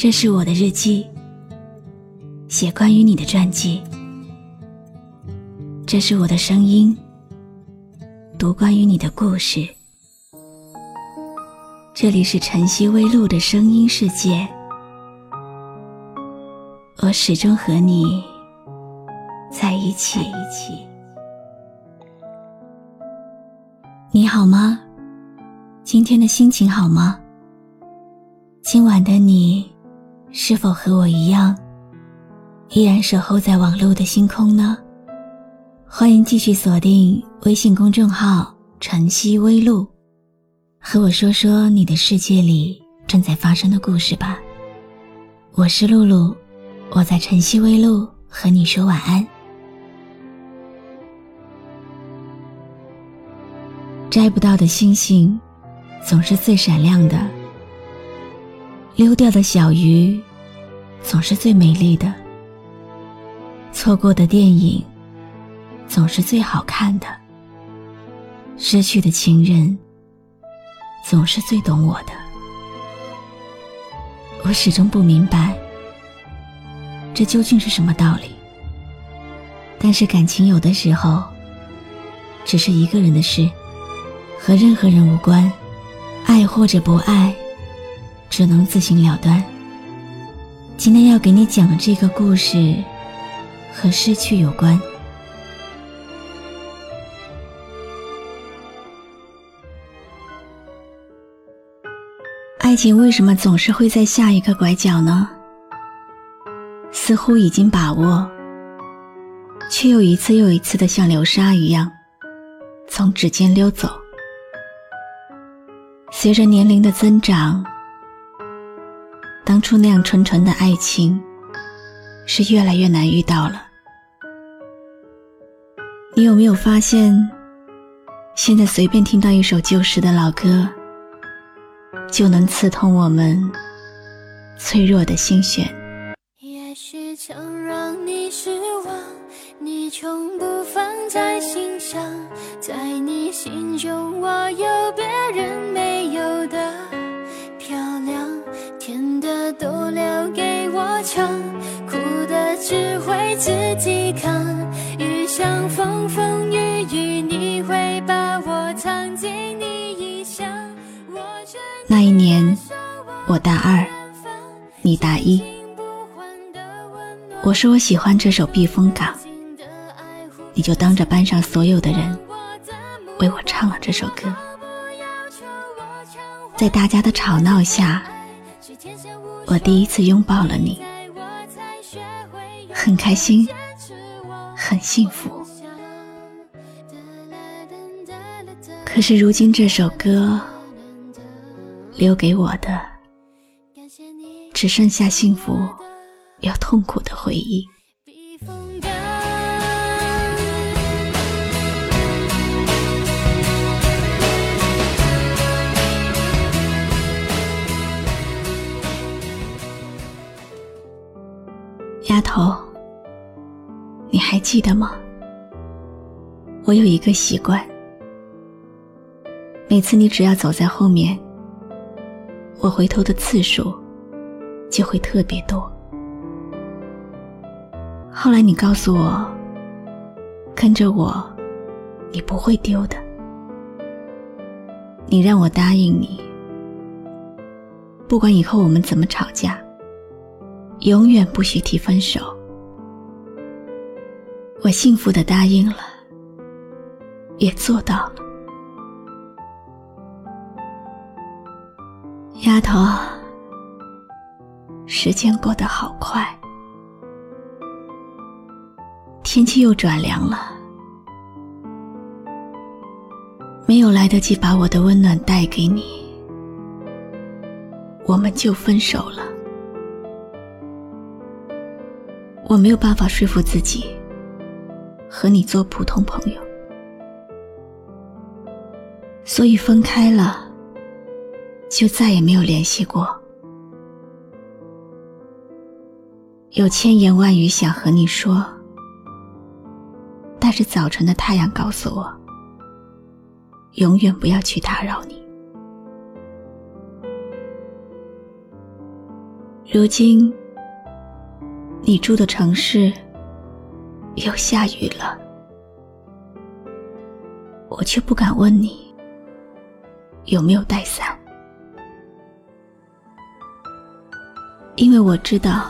这是我的日记，写关于你的传记。这是我的声音，读关于你的故事。这里是晨曦微露的声音世界，我始终和你在一起。你好吗？今天的心情好吗？今晚的你是否和我一样，依然守候在网络的星空呢？欢迎继续锁定微信公众号晨曦微露，和我说说你的世界里正在发生的故事吧。我是露露，我在晨曦微露和你说晚安。摘不到的星星总是最闪亮的，溜掉的小鱼总是最美丽的，错过的电影总是最好看的，失去的情人总是最懂我的。我始终不明白这究竟是什么道理，但是感情有的时候只是一个人的事，和任何人无关，爱或者不爱只能自行了断。今天要给你讲的这个故事和失去有关。爱情为什么总是会在下一个拐角呢？似乎已经把握，却又一次又一次地像流沙一样从指尖溜走。随着年龄的增长，当初那样纯纯的爱情是越来越难遇到了。你有没有发现，现在随便听到一首旧时的老歌，就能刺痛我们脆弱的心弦。 也许曾让你失望，你从不放在心上，在你心中我有别人没有的漂亮，甜的都留给我尝，苦的只会自己扛，遇上风风雨雨，你会把我藏进你衣箱。 那一年我大二，你大一。我说我喜欢这首避风港，你就当着班上所有的人为我唱了这首歌。在大家的吵闹下，我第一次拥抱了你，很开心，很幸福。可是如今这首歌留给我的只剩下幸福又痛苦的回忆。丫头，你还记得吗？我有一个习惯，每次你只要走在后面，我回头的次数就会特别多。后来你告诉我，跟着我你不会丢的，你让我答应你，不管以后我们怎么吵架，永远不许提分手。我幸福地答应了，也做到了。丫头，时间过得好快，天气又转凉了，没有来得及把我的温暖带给你，我们就分手了。我没有办法说服自己和你做普通朋友，所以分开了就再也没有联系过。有千言万语想和你说，但是早晨的太阳告诉我，永远不要去打扰你。 如今你住的城市又下雨了，我却不敢问你有没有带伞，因为我知道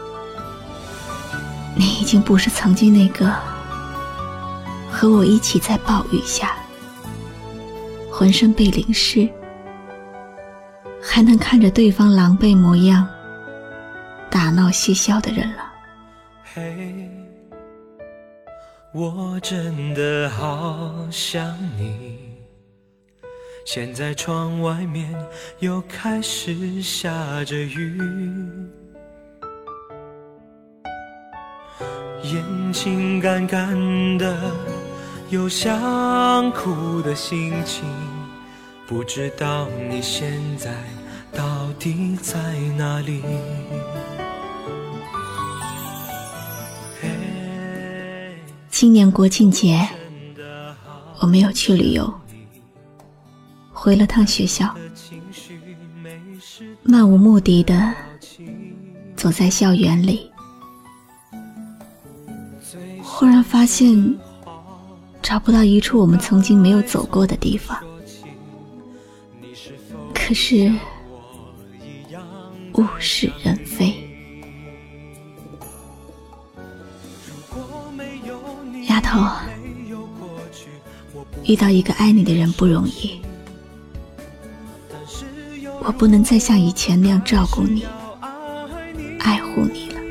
你已经不是曾经那个和我一起在暴雨下浑身被淋湿，还能看着对方狼狈模样打闹嬉笑的人了。 嘿，我真的好想你，现在窗外面又开始下着雨，眼睛干干的，有想哭的心情，不知道你现在到底在哪里。 今年国庆节我没有去旅游，回了趟学校，漫无目的的走在校园里，忽然发现找不到一处我们曾经没有走过的地方，可是物是人非。丫头，遇到一个爱你的人不容易，我不能再像以前那样照顾你爱护你了，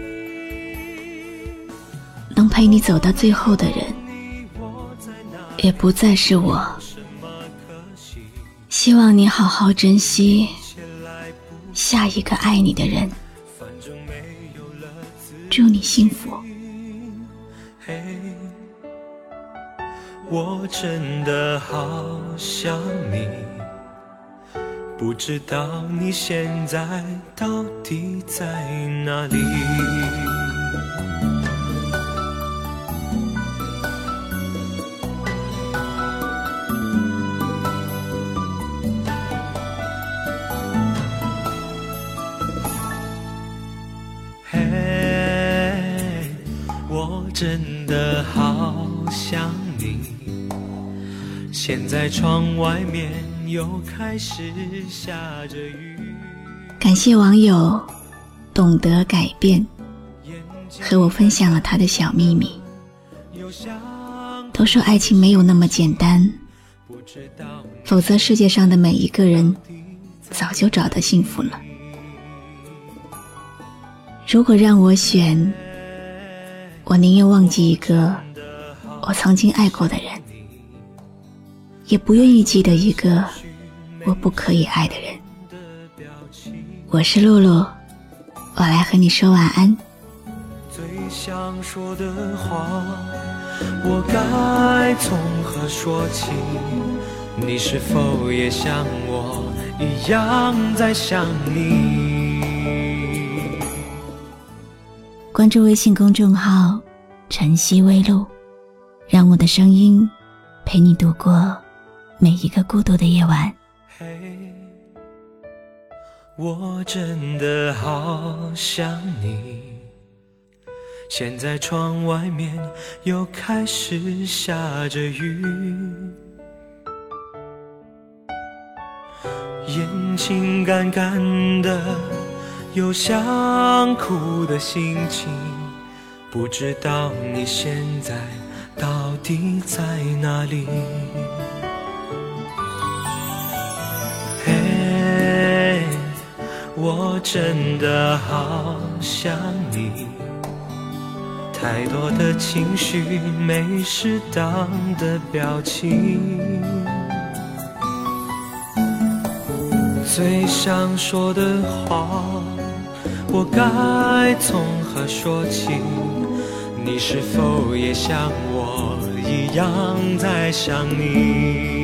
能陪你走到最后的人也不再是我。希望你好好珍惜下一个爱你的人，祝你幸福。 我真的好想你，不知道你现在到底在哪里。嘿，我真的好想你，现在窗外面又开始下着雨。 感谢网友懂得改变和我分享了他的小秘密。都说爱情没有那么简单，否则世界上的每一个人早就找到幸福了。如果让我选，我宁愿忘记一个我曾经爱过的人，也不愿意记得一个我不可以爱的人。我是露露，我来和你说晚安。 最想说的话，我该从何说起？你是否也像我一样在想你？ 关注微信公众号晨曦微露，让我的声音陪你度过每一个孤独的夜晚。 我真的好想你，现在窗外面又开始下着雨，眼睛干干的，有想哭的心情，不知道你现在到底在哪里。嘿，我真的好想你，太多的情绪没适当的表情，最想说的话我该从何说起？你是否也像我一样在想你？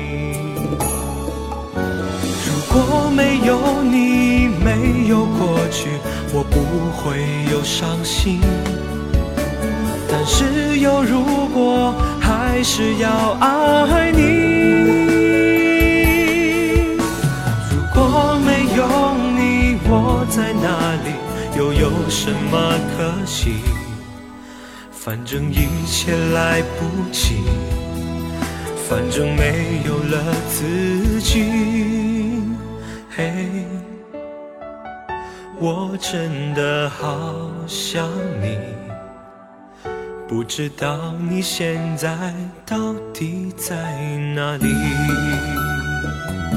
如果没有你，没有过去，我不会有伤心。但是有如果，还是要爱你。如果没有你， 我在哪里，又有什么可惜？反正一切来不及，反正没有了自己。嘿，我真的好想你，不知道你现在到底在哪里。